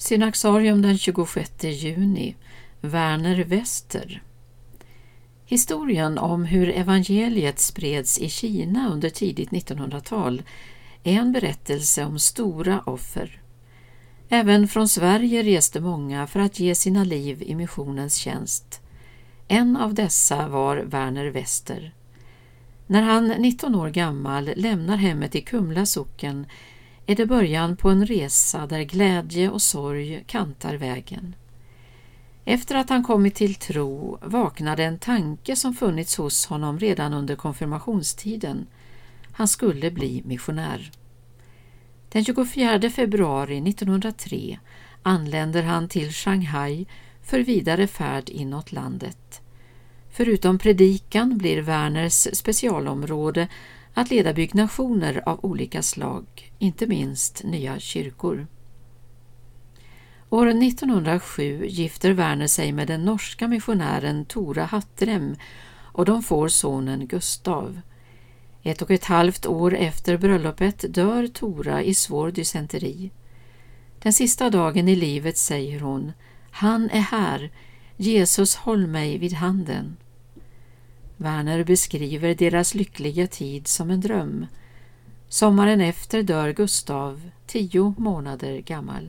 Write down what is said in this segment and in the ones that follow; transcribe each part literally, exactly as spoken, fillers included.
Synaxarium den tjugosjätte juni. Werner Wester. Historien om hur evangeliet spreds i Kina under tidigt nittonhundratal är en berättelse om stora offer. Även från Sverige reste många för att ge sina liv i missionens tjänst. En av dessa var Werner Wester. När han nitton år gammal lämnar hemmet i Kumla socken är det början på en resa där glädje och sorg kantar vägen. Efter att han kommit till tro vaknade en tanke som funnits hos honom redan under konfirmationstiden. Han skulle bli missionär. Den tjugofjärde februari nittonhundratre anländer han till Shanghai för vidare färd inåt landet. Förutom predikan blir Werners specialområde att leda byggnationer av olika slag, inte minst nya kyrkor. År nittonhundrasju gifter Werner sig med den norska missionären Tora Hattrem och de får sonen Gustav. Ett och ett halvt år efter bröllopet dör Tora i svår dysenteri. Den sista dagen i livet säger hon: "Han är här, Jesus håll mig vid handen." Werner beskriver deras lyckliga tid som en dröm. Sommaren efter dör Gustav, tio månader gammal.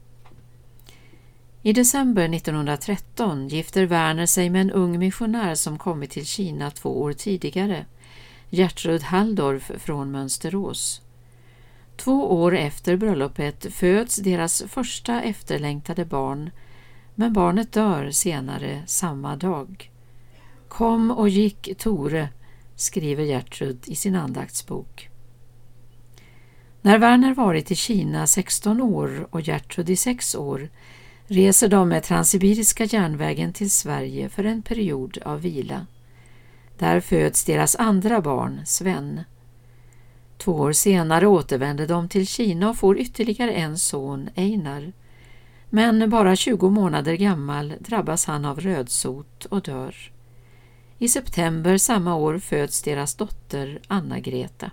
I december nittonhundratretton gifter Werner sig med en ung missionär som kommit till Kina två år tidigare, Gertrud Halldorf från Mönsterås. Två år efter bröllopet föds deras första efterlängtade barn, men barnet dör senare samma dag. "Kom och gick Tore", skriver Gertrud i sin andaktsbok. När Werner varit i Kina sexton år och Gertrud i sex år reser de med Transsibiriska järnvägen till Sverige för en period av vila. Där föds deras andra barn, Sven. Två år senare återvänder de till Kina och får ytterligare en son, Einar. Men bara tjugo månader gammal drabbas han av rödsot och dör. I september samma år föds deras dotter, Anna-Greta.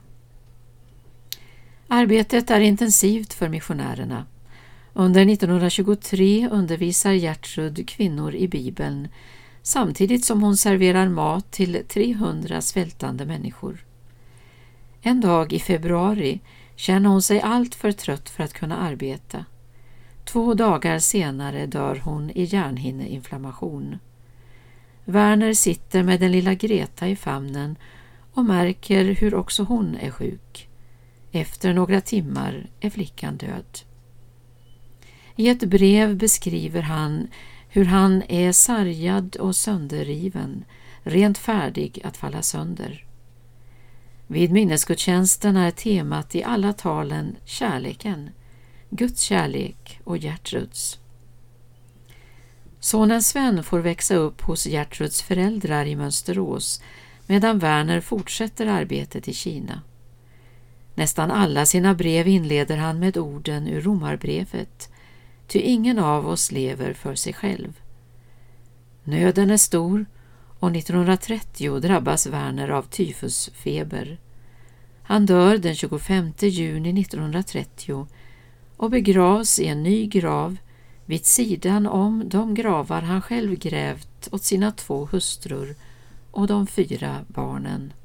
Arbetet är intensivt för missionärerna. Under nittonhundratjugotre undervisar Gertrud kvinnor i Bibeln samtidigt som hon serverar mat till trehundra svältande människor. En dag i februari känner hon sig allt för trött för att kunna arbeta. Två dagar senare dör hon i hjärnhinneinflammation. Werner sitter med den lilla Greta i famnen och märker hur också hon är sjuk. Efter några timmar är flickan död. I ett brev beskriver han hur han är sargad och sönderriven, rent färdig att falla sönder. Vid minnesgudstjänsten är temat i alla talen kärleken, Guds kärlek och Gertruds. Sonen Sven får växa upp hos Gertruds föräldrar i Mönsterås medan Werner fortsätter arbetet i Kina. Nästan alla sina brev inleder han med orden ur Romarbrevet: "Ty ingen av oss lever för sig själv." Nöden är stor och nittonhundratrettio drabbas Werner av tyfusfeber. Han dör den tjugofemte juni nittonhundratrettio och begravs i en ny grav vid sidan om de gravar han själv grävt åt sina två hustrur och de fyra barnen.